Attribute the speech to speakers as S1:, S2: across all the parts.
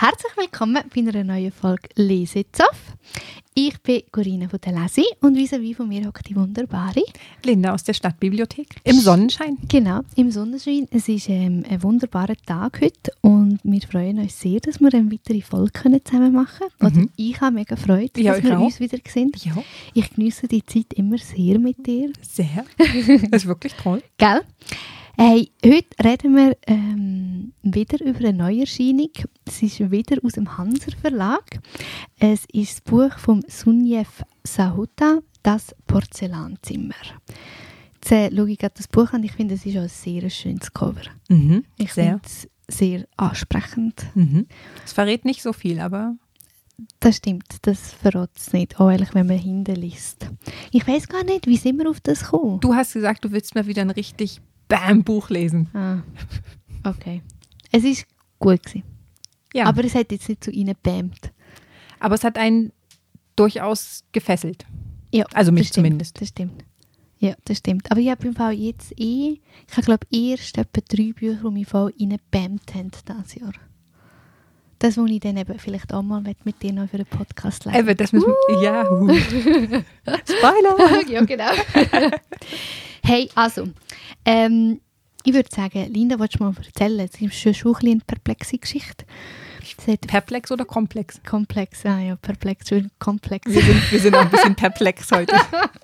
S1: Herzlich willkommen bei einer neuen Folge Lesezoff. Ich bin Corinna von der Lesi und vis-à-vis von mir hockt die wunderbare
S2: Linda aus der Stadtbibliothek. Im Sonnenschein.
S1: Genau, im Sonnenschein. Es ist ein wunderbarer Tag heute und wir freuen uns sehr, dass wir eine weitere Folge zusammen machen können. Oder ich habe mega Freude, dass wir uns wieder sehen.
S2: Ja.
S1: Ich genieße die Zeit immer sehr mit dir.
S2: Sehr. Das ist wirklich toll.
S1: Gell? Hey, heute reden wir wieder über eine Neuerscheinung. Es ist wieder aus dem Hanser Verlag. Es ist das Buch von Sunjeev Sahota, «Das Porzellanzimmer». Jetzt schaue ich gerade das Buch an. Ich finde, es ist auch ein sehr schönes Cover. Ich finde es sehr ansprechend.
S2: Es verrät nicht so viel, aber...
S1: Das stimmt, das verrät es nicht, auch ehrlich, wenn man hinten liest. Ich weiss gar nicht, wie sind wir auf das gekommen?
S2: Du hast gesagt, du willst mal wieder ein richtig Buch lesen.
S1: Ah, okay. Es war gut gewesen.
S2: Ja.
S1: Aber es hat jetzt nicht so reingebämt.
S2: Aber es hat einen durchaus gefesselt.
S1: Ja,
S2: also mich
S1: das stimmt,
S2: zumindest.
S1: Das stimmt. Ja, das stimmt. Aber ich habe im Fall jetzt ich glaube erst etwa 3 Bücher, die mich voll reingebämt haben dieses Jahr. Das, was ich dann eben vielleicht auch mal mit dir noch für einen Podcast lesen.
S2: Eben, das müssen wir... Ja. Spoiler!
S1: Ja, genau. Hey, also, ich würde sagen, Linda, willst du mal erzählen? Das ist schon ein bisschen eine perplexe Geschichte.
S2: Perplex oder komplex?
S1: Komplex, ja, perplex, komplex.
S2: Wir sind auch ein bisschen perplex heute.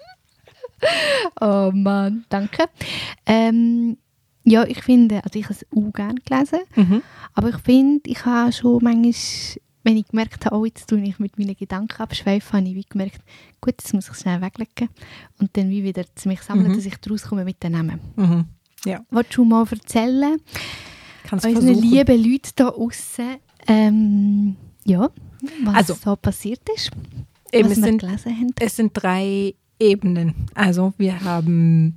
S1: Oh Mann, danke. Ja, ich finde, also ich habe es auch gerne gelesen, aber ich finde, ich habe schon manchmal, wenn ich gemerkt habe, oh, jetzt tue ich mit meinen Gedanken abschweifen, habe ich wie gemerkt, gut, jetzt muss ich schnell weglegen und dann wie wieder zu mich sammeln, dass ich daraus komme mit den Namen.
S2: Ja.
S1: Willst du mal erzählen,
S2: Kannst
S1: unseren
S2: versuchen.
S1: lieben Leuten da draussen, ja, was so passiert ist,
S2: Eben,
S1: was wir gelesen haben?
S2: Es sind 3 Ebenen. Also wir haben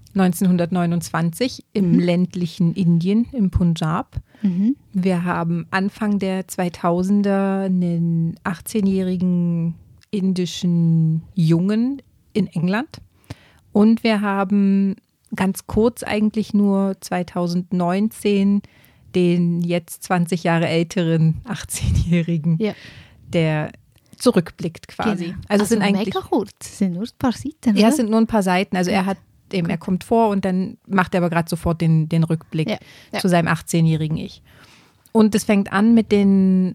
S2: 1929 im ländlichen Indien, im Punjab. Wir haben Anfang der 2000er einen 18-jährigen indischen Jungen in England. Und wir haben ganz kurz eigentlich nur 2019 den jetzt 20 Jahre älteren 18-jährigen, der zurückblickt quasi.
S1: Genau.
S2: Also es sind eigentlich
S1: mega kurz, es sind nur ein paar Seiten.
S2: Ja, es sind nur ein paar Seiten. Also er kommt vor und dann macht er aber gerade sofort den Rückblick zu seinem 18-jährigen Ich. Und es fängt an mit den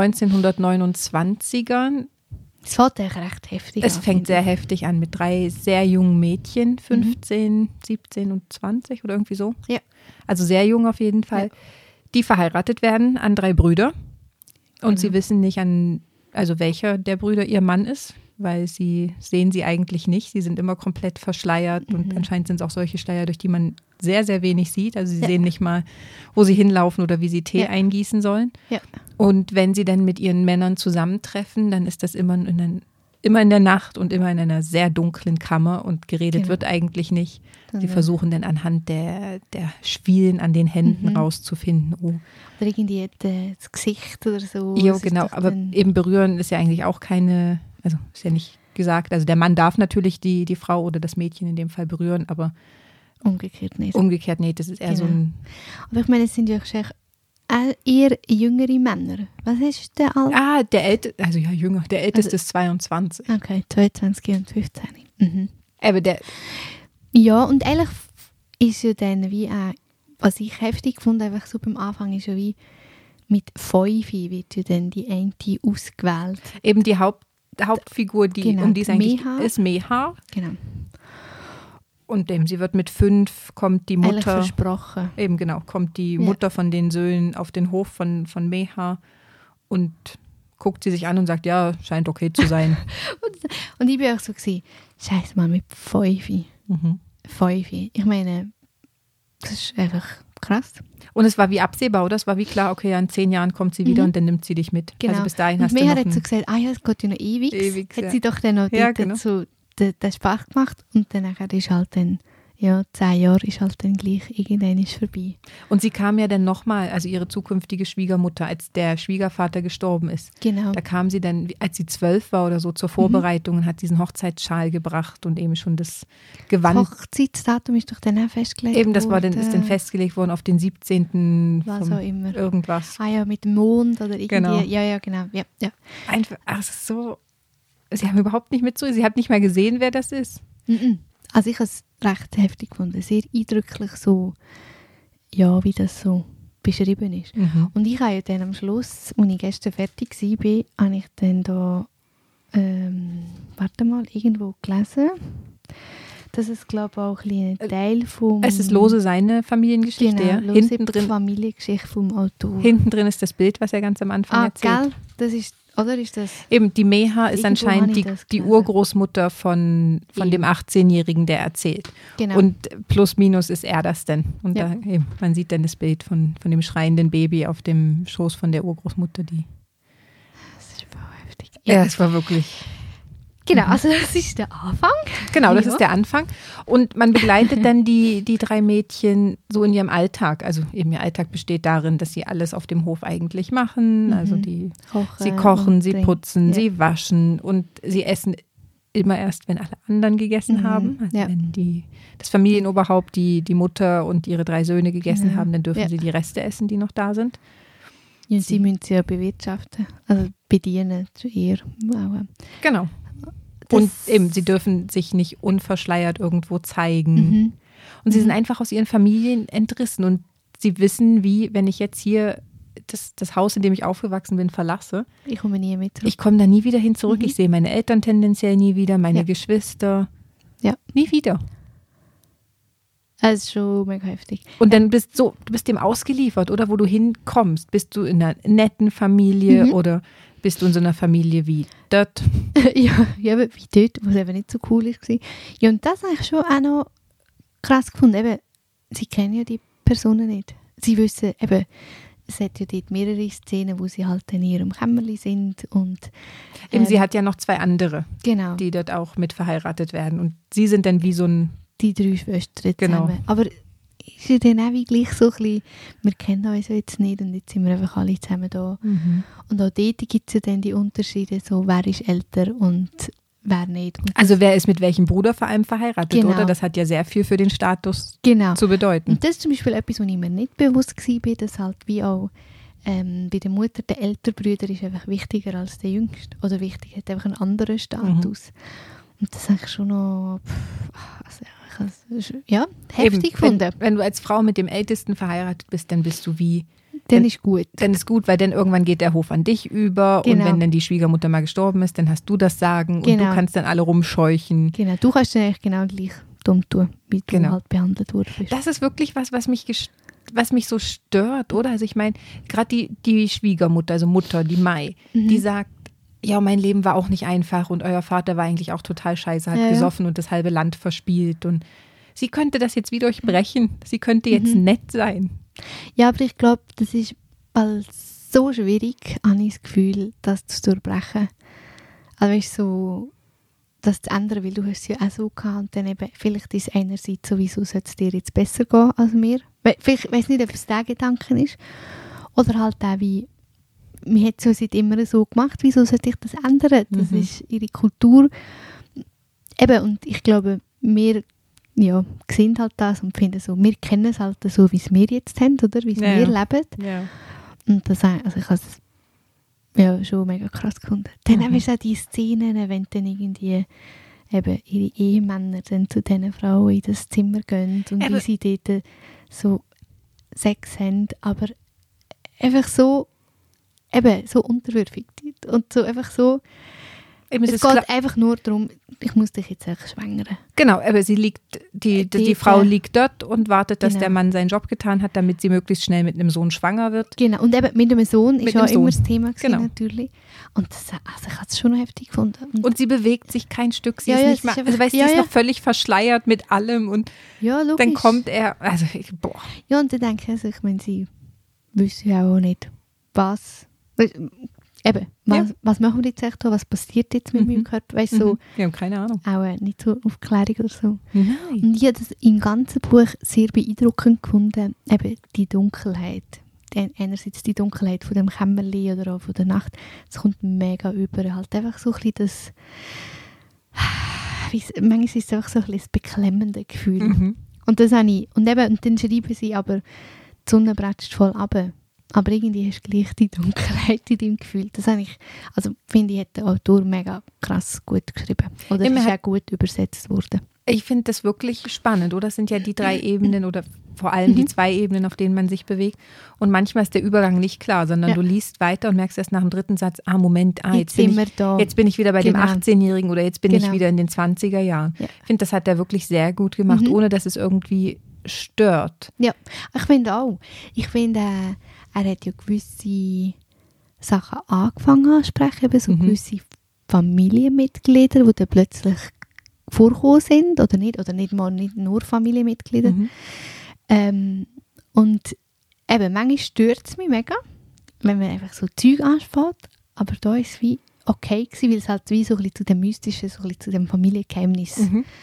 S2: 1929ern.
S1: Es fängt recht heftig an.
S2: Es fängt sehr heftig an mit 3 sehr jungen Mädchen, 15, 17 und 20 oder irgendwie so.
S1: Ja.
S2: Also sehr jung auf jeden Fall. Ja. Die verheiratet werden an 3 Brüder. Und sie wissen nicht welcher der Brüder ihr Mann ist, weil sehen sie eigentlich nicht. Sie sind immer komplett verschleiert und anscheinend sind es auch solche Schleier, durch die man sehr, sehr wenig sieht. Also sie sehen nicht mal, wo sie hinlaufen oder wie sie Tee eingießen sollen. Ja. Und wenn sie dann mit ihren Männern zusammentreffen, dann ist das immer in der Nacht und immer in einer sehr dunklen Kammer und geredet wird eigentlich nicht. Sie versuchen dann anhand der Schwielen an den Händen rauszufinden. Oh.
S1: Oder irgendwie das Gesicht oder so.
S2: Ja, genau. Aber eben berühren ist ja eigentlich auch keine, also ist ja nicht gesagt. Also der Mann darf natürlich die Frau oder das Mädchen in dem Fall berühren, aber
S1: umgekehrt nicht.
S2: Das ist eher so ein...
S1: Aber ich meine, es sind ja eher jüngere Männer. Was ist der Alter?
S2: Der Älteste ist 22.
S1: Okay, 22 und 15.
S2: Aber
S1: ja, und eigentlich ist ja dann wie auch, was ich heftig fand, einfach so beim Anfang ist ja wie mit 5 wird ja dann die eine ausgewählt.
S2: Eben die Hauptfigur, um die es eigentlich
S1: Meha.
S2: ist, Meha.
S1: Genau.
S2: Und sie wird mit 5, kommt die Mutter.
S1: Eigentlich versprochen.
S2: Eben genau, kommt die Mutter von den Söhnen auf den Hof von Meha und guckt sie sich an und sagt, ja, scheint okay zu sein.
S1: und ich bin auch so gewesen, scheiße mal, mit 5. 5. Ich meine, das ist einfach krass.
S2: Und es war wie absehbar, oder? Es war wie klar, okay, in 10 Jahren kommt sie wieder und dann nimmt sie dich mit.
S1: Genau.
S2: Also bis dahin hast
S1: und
S2: du noch
S1: hat so gesagt, es geht ja noch ewig. Hat sie doch dann noch
S2: genau.
S1: so den Spaß gemacht und dann ist halt dann ja, 10 Jahre ist halt dann gleich irgendwann ist vorbei.
S2: Und sie kam ja dann nochmal, also ihre zukünftige Schwiegermutter, als der Schwiegervater gestorben ist.
S1: Genau.
S2: Da kam sie dann, als sie 12 war oder so, zur Vorbereitung und hat diesen Hochzeitsschal gebracht und eben schon das Gewand.
S1: Hochzeitsdatum ist doch dann auch festgelegt
S2: Eben, das war dann,
S1: worden.
S2: ist dann festgelegt worden auf den 17.
S1: Was
S2: vom
S1: auch immer.
S2: Irgendwas.
S1: Ah ja, mit dem Mond oder irgendwie.
S2: Genau.
S1: Ja, genau. Ja.
S2: Einfach, also so, sie haben überhaupt nicht sie hat nicht mal gesehen, wer das ist.
S1: Also ich habe es recht heftig gefunden, sehr eindrücklich so, ja, wie das so beschrieben ist. Und ich habe ja dann am Schluss, als ich gestern fertig war, habe ich dann da, warte mal, irgendwo gelesen, dass es, glaube ich, auch ein Teil vom...
S2: Es ist lose seine Familiengeschichte,
S1: genau,
S2: ja.
S1: lose
S2: Hinten drin,
S1: Familiengeschichte vom Autor.
S2: hinten drin ist das Bild, was er ganz am Anfang erzählt.
S1: Gell? Das ist, oder ist das...
S2: Eben, die Meha ist
S1: Irgendwo
S2: anscheinend
S1: habe ich
S2: die
S1: das gelesen.
S2: Urgroßmutter von dem 18-Jährigen, der erzählt.
S1: Genau.
S2: Und plus minus ist er das denn. Und
S1: Ja.
S2: da, eben, man sieht dann das Bild von dem schreienden Baby auf dem Schoß von der Urgroßmutter.
S1: Das ist voll heftig.
S2: Ja, es war wirklich...
S1: Genau, also das ist der Anfang.
S2: Genau, das
S1: Ja.
S2: ist der Anfang. Und man begleitet dann die 3 Mädchen so in ihrem Alltag. Also eben ihr Alltag besteht darin, dass sie alles auf dem Hof eigentlich machen. Also sie kochen,
S1: und
S2: sie
S1: trinken.
S2: putzen,
S1: Ja.
S2: sie waschen und sie essen immer erst, wenn alle anderen gegessen haben. Also
S1: ja.
S2: wenn das Familienoberhaupt, die Mutter und ihre 3 Söhne gegessen
S1: Ja.
S2: haben, dann dürfen
S1: Ja.
S2: sie die Reste essen, die noch da sind.
S1: Ja, und sie müssen sie ja bewirtschaften, also bedienen zu ihr. Auch.
S2: Genau.
S1: Das-
S2: Und eben, sie dürfen sich nicht unverschleiert irgendwo zeigen.
S1: Mhm.
S2: Und sie sind einfach aus ihren Familien entrissen. Und sie wissen, wie, wenn ich jetzt hier das Haus, in dem ich aufgewachsen bin, verlasse,
S1: Ich komme nie mit zurück.
S2: ich komme da nie wieder hin zurück.
S1: Mhm.
S2: Ich sehe meine Eltern tendenziell nie wieder, meine
S1: Ja.
S2: Geschwister.
S1: Ja.
S2: Nie wieder.
S1: Das ist schon mega heftig.
S2: Und dann du bist dem ausgeliefert, oder wo du hinkommst. Bist du in einer netten Familie oder bist du in so einer Familie wie dort?
S1: ja, aber wie dort, wo es eben nicht so cool war. Ja, und das habe ich schon auch noch krass gefunden. Eben, sie kennen ja die Personen nicht. Sie wissen eben, es hat ja dort mehrere Szenen, wo sie halt in ihrem Kämmerli sind und
S2: Eben, sie hat ja noch 2 andere,
S1: genau,
S2: die dort auch mit verheiratet werden. Und sie sind dann wie so ein,
S1: die 3 Schwestern
S2: Genau.
S1: zusammen. Aber ist ja dann auch wie gleich so ein bisschen, wir kennen uns jetzt nicht und jetzt sind wir einfach alle zusammen da. Und auch dort gibt es ja dann die Unterschiede, so wer ist älter und wer nicht. Und
S2: also wer ist mit welchem Bruder vor allem verheiratet,
S1: Genau.
S2: oder? Das hat ja sehr viel für den Status
S1: genau.
S2: zu bedeuten.
S1: Und das ist zum Beispiel etwas, wo ich mir nicht bewusst war, dass halt wie auch bei der Mutter der ältere Bruder ist einfach wichtiger als der jüngste. Oder wichtig, hat einfach einen anderen Status. Und das habe ich schon noch heftig gefunden.
S2: Wenn du als Frau mit dem Ältesten verheiratet bist, dann bist du wie,
S1: Dann ist gut.
S2: dann ist gut, weil dann irgendwann geht der Hof an dich über
S1: Genau.
S2: und wenn dann die Schwiegermutter mal gestorben ist, dann hast du das Sagen und
S1: Genau.
S2: du kannst dann alle rumscheuchen.
S1: Genau, du kannst dann eigentlich genau gleich dumm tun, wie du
S2: Genau.
S1: halt behandelt worden bist.
S2: Das ist wirklich was mich so stört, oder? Also ich meine, gerade die Schwiegermutter, also Mutter, die Mai, die sagt, ja, mein Leben war auch nicht einfach und euer Vater war eigentlich auch total scheiße, hat
S1: Ja, ja.
S2: gesoffen und das halbe Land verspielt und sie könnte das jetzt wie durchbrechen. Sie könnte jetzt nett sein.
S1: Ja, aber ich glaube, das ist bald so schwierig, habe ich das Gefühl, das zu durchbrechen. Also weißt, so, das zu ändern, weil du hast es ja auch so gehabt und dann eben, vielleicht ist es einerseits sowieso, sollte es dir jetzt besser gehen als mir. Ich weiß nicht, ob es der Gedanke ist. Oder halt auch wie, man hat es ja seit immer so gemacht, wieso sollte ich das ändern? Das ist ihre Kultur. Eben, und ich glaube, wir sehen halt das und finden so, wir kennen es halt so, wie es wir jetzt haben, oder? Wie es
S2: Ja.
S1: wir leben.
S2: Ja.
S1: Und das, also ich habe es schon mega krass gefunden. Dann haben wir auch die Szenen, wenn dann irgendwie eben ihre Ehemänner dann zu diesen Frauen in das Zimmer gehen und
S2: Eben.
S1: wie sie dort so Sex haben, aber einfach so eben so unterwürfig und so einfach so,
S2: Eben,
S1: es geht einfach nur darum, ich muss dich jetzt echt schwängern.
S2: Genau, aber sie liegt, die Frau liegt dort und wartet, dass
S1: Genau.
S2: der Mann seinen Job getan hat, damit sie möglichst schnell mit einem Sohn schwanger wird.
S1: Genau, und eben mit einem Sohn
S2: Mit
S1: ist ja
S2: einem Sohn.
S1: immer das Thema gewesen,
S2: Genau.
S1: natürlich. Und das, also ich habe es schon noch heftig gefunden.
S2: Und sie bewegt sich kein Stück. Sie
S1: Ja,
S2: ist
S1: ja,
S2: nicht
S1: es
S2: mal,
S1: ist
S2: also
S1: einfach-
S2: weißt, sie
S1: ja,
S2: ist
S1: ja.
S2: noch völlig verschleiert mit allem und
S1: ja, logisch.
S2: dann kommt er, also boah.
S1: Ja, und dann denke ich, also, ich meine, sie wissen ja auch nicht, was. eben, was machen wir jetzt echt da? Was passiert jetzt mit meinem Körper? Weißt, so,
S2: Wir haben keine Ahnung.
S1: auch nicht so Aufklärung oder so.
S2: Nein.
S1: Und ich habe das im ganzen Buch sehr beeindruckend gefunden, eben die Dunkelheit. Einerseits die Dunkelheit von dem Kämmerli oder auch von der Nacht, das kommt mega über. Halt einfach so ein bisschen manchmal ist es einfach so ein bisschen das beklemmende Gefühl. Und das habe ich, und dann schreiben sie, aber die Sonne bretscht voll runter. Aber irgendwie hast du gleich die Dunkelheit in deinem Gefühl. Das habe ich, also finde ich, hat der Autor mega krass gut geschrieben. Oder es ist auch gut übersetzt worden.
S2: Ich finde das wirklich spannend, oder? Das sind ja die 3 Ebenen oder vor allem die 2 Ebenen, auf denen man sich bewegt. Und manchmal ist der Übergang nicht klar, sondern du liest weiter und merkst erst nach dem 3. Satz, Moment, jetzt bin ich wieder bei dem 18-Jährigen oder jetzt bin ich wieder in den 20er Jahren. Ja. Ich finde, das hat er wirklich sehr gut gemacht, ohne dass es irgendwie stört.
S1: Ja, ich finde auch. Ich finde, er hat ja gewisse Sachen angefangen anzusprechen, eben so gewisse Familienmitglieder, die dann plötzlich vorgekommen sind oder nicht nur Familienmitglieder. Und eben, manchmal stört es mich mega, wenn man einfach so Zeug anschaut, aber da ist es wie okay gewesen, weil es halt wie so ein bisschen zu dem Mystischen, so ein bisschen zu dem Familiengeheimnis,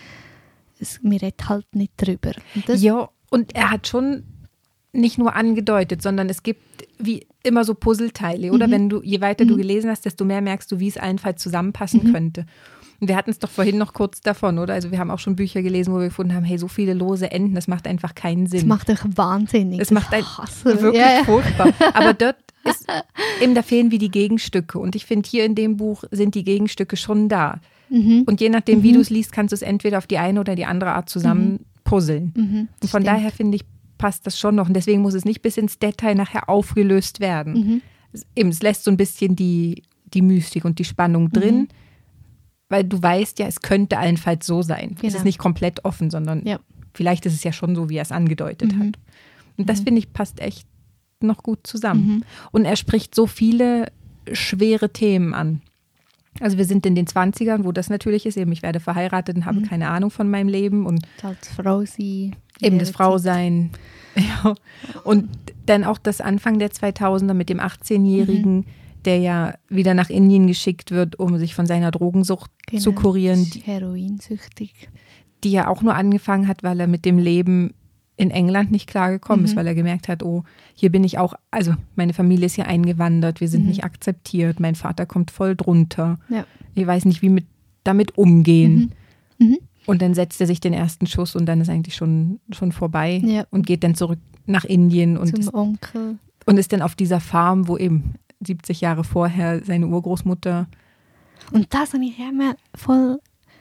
S1: wir reden halt nicht drüber.
S2: Und er hat schon nicht nur angedeutet, sondern es gibt wie immer so Puzzleteile, oder? Je weiter du gelesen hast, desto mehr merkst du, wie es allenfalls zusammenpassen könnte. Und wir hatten es doch vorhin noch kurz davon, oder? Also wir haben auch schon Bücher gelesen, wo wir gefunden haben, hey, so viele lose Enden, das macht einfach keinen Sinn.
S1: Das macht euch wahnsinnig.
S2: Das macht einen wirklich furchtbar. Aber dort ist eben, da fehlen wie die Gegenstücke. Und ich finde, hier in dem Buch sind die Gegenstücke schon da. Und je nachdem, wie du es liest, kannst du es entweder auf die eine oder die andere Art zusammen puzzeln. Und von daher finde ich, passt das schon noch. Und deswegen muss es nicht bis ins Detail nachher aufgelöst werden. Es lässt so ein bisschen die Mystik und die Spannung drin, weil du weißt ja, es könnte allenfalls so sein. Es ist nicht komplett offen, sondern vielleicht ist es ja schon so, wie er es angedeutet hat. Und das, finde ich, passt echt noch gut zusammen. Und er spricht so viele schwere Themen an. Also wir sind in den 20ern, wo das natürlich ist, eben ich werde verheiratet und habe keine Ahnung von meinem Leben. Und
S1: als Frau sein.
S2: Eben das Frausein. Ja. Und dann auch das Anfang der 2000er mit dem 18-Jährigen, der ja wieder nach Indien geschickt wird, um sich von seiner Drogensucht zu kurieren.
S1: Heroinsüchtig.
S2: Die ja auch nur angefangen hat, weil er mit dem Leben in England nicht klargekommen ist, weil er gemerkt hat, oh, hier bin ich auch, also meine Familie ist hier eingewandert, wir sind nicht akzeptiert, mein Vater kommt voll drunter. Ja. Ich weiß nicht, wie damit umgehen. Und dann setzt er sich den ersten Schuss und dann ist eigentlich schon vorbei und geht dann zurück nach Indien und
S1: zum Onkel.
S2: Und ist dann auf dieser Farm, wo eben 70 Jahre vorher seine Urgroßmutter.
S1: Und das habe ich immer voll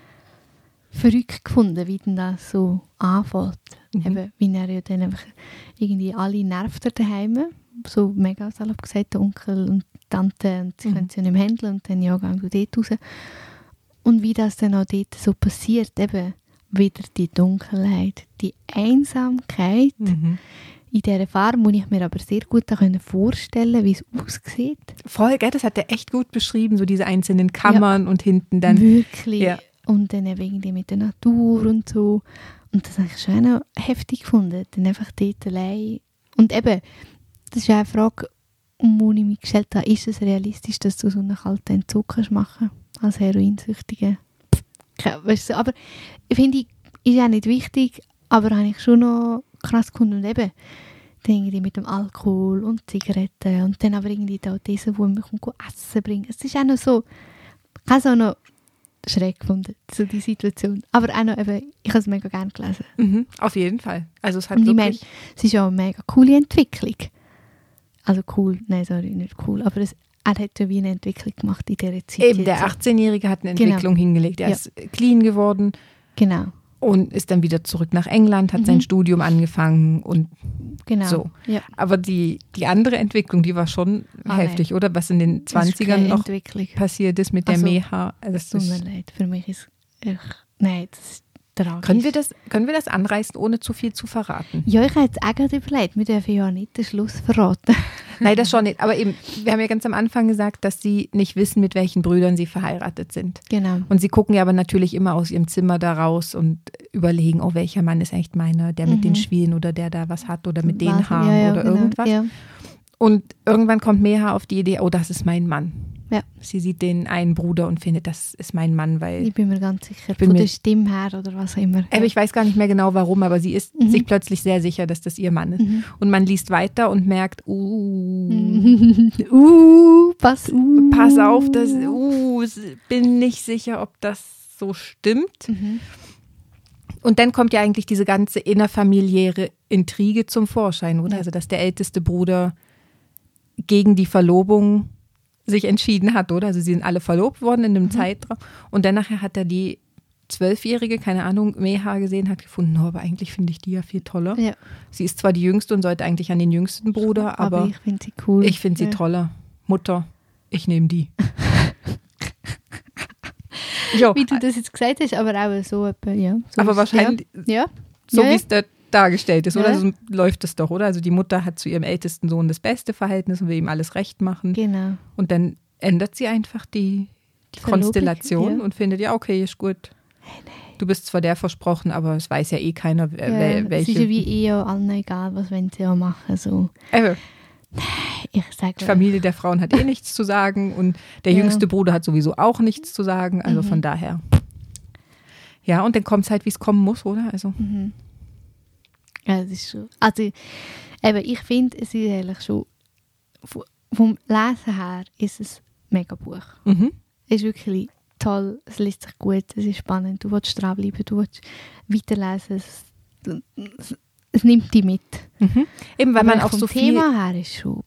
S1: verrückt gefunden, wie denn das so anfängt. Eben, wie er ja dann einfach irgendwie alle nervt daheim, so mega salopp gesagt, der Onkel und die Tante, und sie können sie ja nicht mehr handeln und dann gehen sie dort raus. Und wie das dann auch dort so passiert, eben wieder die Dunkelheit, die Einsamkeit in dieser Farm, wo ich mir aber sehr gut vorstellen konnte, wie es aussieht.
S2: Voll, gell? Das hat er echt gut beschrieben, so diese einzelnen Kammern und hinten dann.
S1: Wirklich. Ja. Und dann eben irgendwie mit der Natur und so. Und das habe ich schon auch heftig gefunden. Dann einfach dort allein. Und eben, das ist auch eine Frage, die ich mich gestellt habe, ist es realistisch, dass du so einen kalten Entzug kannst machen als Heroinsüchtige? Weißt du, aber ich finde, ist auch nicht wichtig, aber habe ich schon noch krass gefunden. Und eben, dann irgendwie mit dem Alkohol und Zigaretten und dann aber irgendwie da diese, die mich Essen bringen. Es ist auch noch so, ich habe es auch noch schräg gefunden, so die Situation. Aber auch noch eben, ich habe es mega gerne gelesen.
S2: Auf jeden Fall. Also es hat
S1: und
S2: wirklich...
S1: ich meine, es ist auch eine mega coole Entwicklung. Also cool, nein, sorry, nicht cool, aber er hat ja wie eine Entwicklung gemacht in dieser Zeit.
S2: Eben, der 18-Jährige hat eine Entwicklung hingelegt. Er ist clean geworden.
S1: Genau.
S2: Und ist dann wieder zurück nach England, hat sein Studium angefangen und so. Ja. Aber die andere Entwicklung, die war schon heftig, oder? Was in den 20ern noch passiert ist mit der Meha.
S1: Es tut mir leid, für mich ist nein, das ist tragisch.
S2: Können wir das anreißen, ohne zu viel zu verraten?
S1: Ja, ich habe jetzt auch gerade überlegt, wir dürfen ja nicht den Schluss verraten.
S2: Nein, das schon nicht. Aber eben, wir haben ja ganz am Anfang gesagt, dass sie nicht wissen, mit welchen Brüdern sie verheiratet sind.
S1: Genau.
S2: Und sie gucken ja aber natürlich immer aus ihrem Zimmer da raus und überlegen, oh, welcher Mann ist echt meiner, der mit den Schwielen oder der da was hat oder mit den Haaren oder irgendwas. Ja. Und irgendwann kommt Meha auf die Idee, oh, das ist mein Mann.
S1: Ja.
S2: Sie sieht den einen Bruder und findet, das ist mein Mann, weil...
S1: Ich bin mir ganz sicher, von der Stimme her oder was auch immer.
S2: Aber ich weiß gar nicht mehr genau warum, aber sie ist sich plötzlich sehr sicher, dass das ihr Mann ist. Und man liest weiter und merkt,
S1: pass
S2: auf, bin nicht sicher, ob das so stimmt. Und dann kommt ja eigentlich diese ganze innerfamiliäre Intrige zum Vorschein, oder? Ja. Also, dass der älteste Bruder gegen die Verlobung sich entschieden hat, oder? Also sie sind alle verlobt worden in einem Zeitraum. Und dann nachher hat er die 12-Jährige, keine Ahnung, Meha gesehen, hat gefunden, aber eigentlich finde ich die ja viel toller. Ja. Sie ist zwar die Jüngste und sollte eigentlich an den jüngsten Bruder, aber
S1: ich finde sie cool.
S2: Ich finde sie toller. Mutter, ich nehme die.
S1: Wie du das jetzt gesagt hast, aber auch so etwa, ja. So
S2: aber wahrscheinlich, so wie es da dargestellt ist, oder?
S1: Ja.
S2: So läuft es doch, oder? Also die Mutter hat zu ihrem ältesten Sohn das beste Verhältnis und will ihm alles recht machen.
S1: Genau.
S2: Und dann ändert sie einfach die Konstellation und findet, ja, okay, ist gut. Du bist zwar der versprochen, aber es weiß ja eh keiner, welche.
S1: Es ist ja wie eher allen egal, was wollen sie auch machen. So. Ich sage,
S2: die Familie der Frauen hat eh nichts zu sagen und der jüngste Bruder hat sowieso auch nichts zu sagen. Also von daher. Ja, und dann kommt es halt, wie es kommen muss, oder? Also.
S1: Ja, das ist schon. Also, eben, ich finde, es ist eigentlich schon. Vom Lesen her ist es ein mega Buch. Es ist wirklich toll, es liest sich gut, es ist spannend, du willst dranbleiben, du willst weiterlesen, es nimmt dich mit.
S2: Eben, weil man auch so viel...
S1: Thema her ist schon...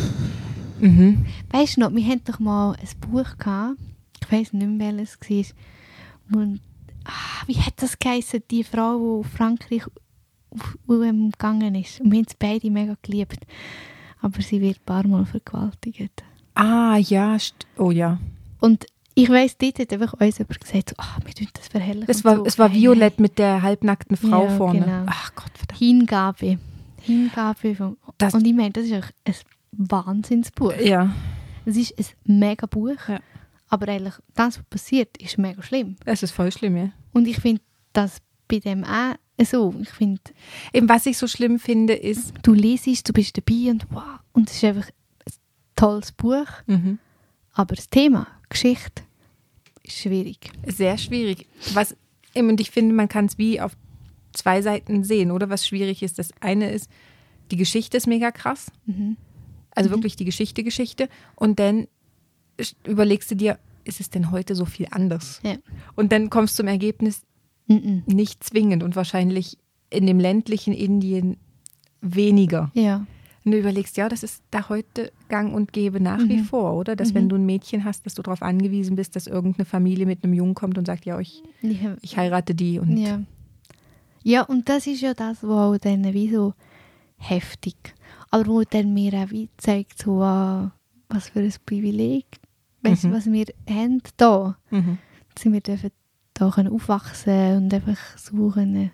S1: Weißt du noch, wir hatten doch mal ein Buch gehabt, ich weiss nicht mehr, welches es war, und wie hat das geheißen, die Frau, die auf Frankreich gegangen ist, und wir haben es beide mega geliebt, aber sie wird ein paar Mal vergewaltigt.
S2: Ah, ja, oh ja.
S1: Und ich weiss, dort hat einfach uns jemand gesagt, wir tun das verherrlichen.
S2: Es war violett mit der halbnackten Frau vorne.
S1: Genau.
S2: Ach Gott, verdammt.
S1: Hingabe. Und ich meine, das ist auch ein Wahnsinnsbuch.
S2: Ja.
S1: Es ist ein mega Buch, aber eigentlich das, was passiert, ist mega schlimm.
S2: Es ist voll schlimm, ja.
S1: Und ich finde, das bei dem auch so. Ich finde...
S2: Eben, was ich so schlimm finde, ist...
S1: Du liest, du bist dabei und wow. Und es ist einfach ein tolles Buch. Aber das Thema, Geschichte, ist schwierig.
S2: Sehr schwierig. Und ich finde, man kann es wie auf zwei Seiten sehen, oder? Was schwierig ist. Das eine ist, die Geschichte ist mega krass. Also wirklich die Geschichte. Und dann überlegst du dir, ist es denn heute so viel anders?
S1: Ja.
S2: Und dann kommst du zum Ergebnis, nicht zwingend und wahrscheinlich in dem ländlichen Indien weniger.
S1: Ja.
S2: Und du überlegst, ja, das ist da heute gang und gäbe nach wie vor, oder? Dass wenn du ein Mädchen hast, dass du darauf angewiesen bist, dass irgendeine Familie mit einem Jungen kommt und sagt, ja, ich heirate die. Und
S1: ja, und das ist ja das, was dann wie so heftig, aber wo dann mir auch wie zeigt, so, was für ein Privileg, weißt du, was wir haben da. Dass wir dürfen da aufwachsen und einfach so können,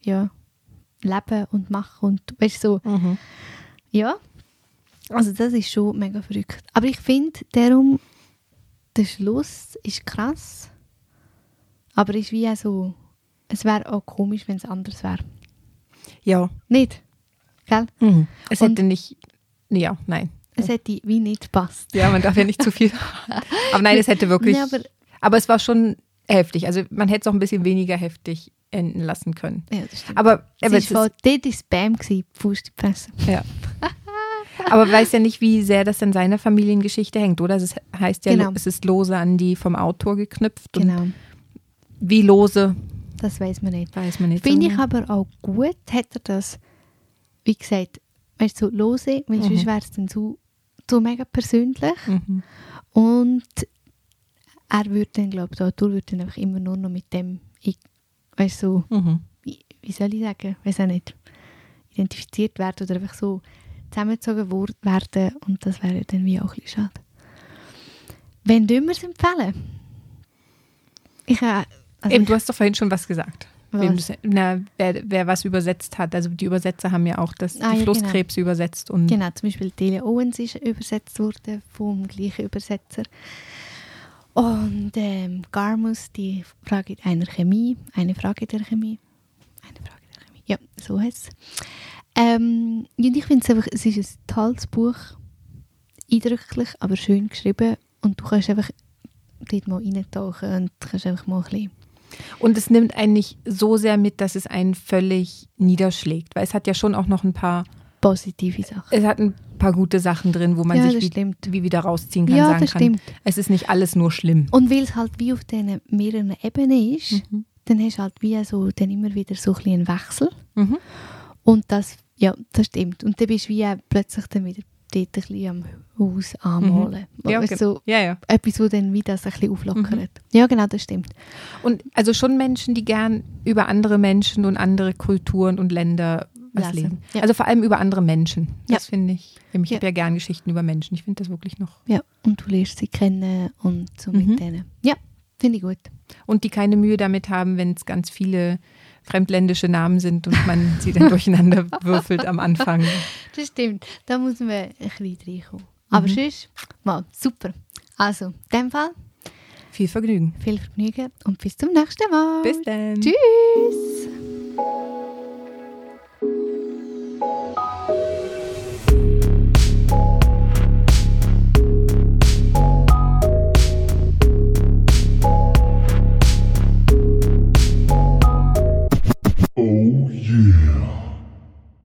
S1: leben und machen und weißt du, so. Ja, also das ist schon mega verrückt. Aber ich finde, darum, der Schluss ist krass, aber ist wie auch so, es wäre auch komisch, wenn es anders wäre.
S2: Ja.
S1: Nicht? Gell?
S2: Es hätte nicht, nein.
S1: Es hätte wie nicht gepasst.
S2: Ja, man darf ja nicht zu viel. Aber nein, es hätte wirklich, aber es war schon heftig. Also man hätte es auch ein bisschen weniger heftig enden lassen können.
S1: Ja, das stimmt.
S2: Aber
S1: es war dort Spam gewesen, Fuß die Presse.
S2: Ja. Aber weiß ja nicht, wie sehr das an seiner Familiengeschichte hängt, oder? Es heißt ja, es ist lose an die vom Autor geknüpft.
S1: Genau.
S2: Und wie lose?
S1: Das weiß man nicht.
S2: Finde
S1: so ich aber auch gut, hat er das, wie gesagt, weißt du, so lose, weil sonst wäre es dann so mega persönlich. Und er würde dann, glaube ich, der Autor würde dann einfach immer nur noch mit dem, weißt du, wie soll ich sagen, weiß auch nicht, identifiziert werden oder einfach so zusammengezogen werden, und das wäre dann wie auch ein bisschen schade. Wen würden wir es empfehlen?
S2: Du hast doch vorhin schon was gesagt. Wer was übersetzt hat. Also die Übersetzer haben ja auch die Flusskrebs übersetzt. Und
S1: genau, zum Beispiel Delia Owens ist übersetzt worden vom gleichen Übersetzer. Und Garmus, die Frage einer Chemie, eine Frage der Chemie. Ja, so heißt es. Und ich finde es einfach, es ist ein tolles Buch. eindrücklich, aber schön geschrieben und du kannst einfach dort mal reintauchen und kannst einfach mal ein bisschen.
S2: Und es nimmt einen nicht so sehr mit, dass es einen völlig niederschlägt, weil es hat ja schon auch noch ein paar
S1: positive Sachen.
S2: Es hat ein paar gute Sachen drin, wo man sich wie wieder rausziehen kann, sagen kann. Stimmt. Es ist nicht alles nur schlimm.
S1: Und weil es halt wie auf diesen mehreren Ebenen ist, dann hast du halt wie so dann immer wieder so ein bisschen einen Wechsel. Und das stimmt. Und dann bist du wie plötzlich dann wieder dort ein bisschen am Haus anmalen. So etwas, wo dann wieder das ein bisschen auflockert. Ja, genau, das stimmt.
S2: Und also schon Menschen, die gern über andere Menschen und andere Kulturen und Länder was lesen. Ja. Also vor allem über andere Menschen. Das finde ich. Ich habe ja gern Geschichten über Menschen. Ich finde das wirklich noch.
S1: Ja, und du lernst sie kennen und so mit denen. Ja, finde ich gut.
S2: Und die keine Mühe damit haben, wenn es ganz viele fremdländische Namen sind und man sie dann durcheinander würfelt am Anfang.
S1: Das stimmt. Da muss man ein bisschen reinkommen. Aber sonst, super. Also, in dem Fall.
S2: Viel Vergnügen.
S1: Viel Vergnügen und bis zum nächsten Mal.
S2: Bis dann.
S1: Tschüss.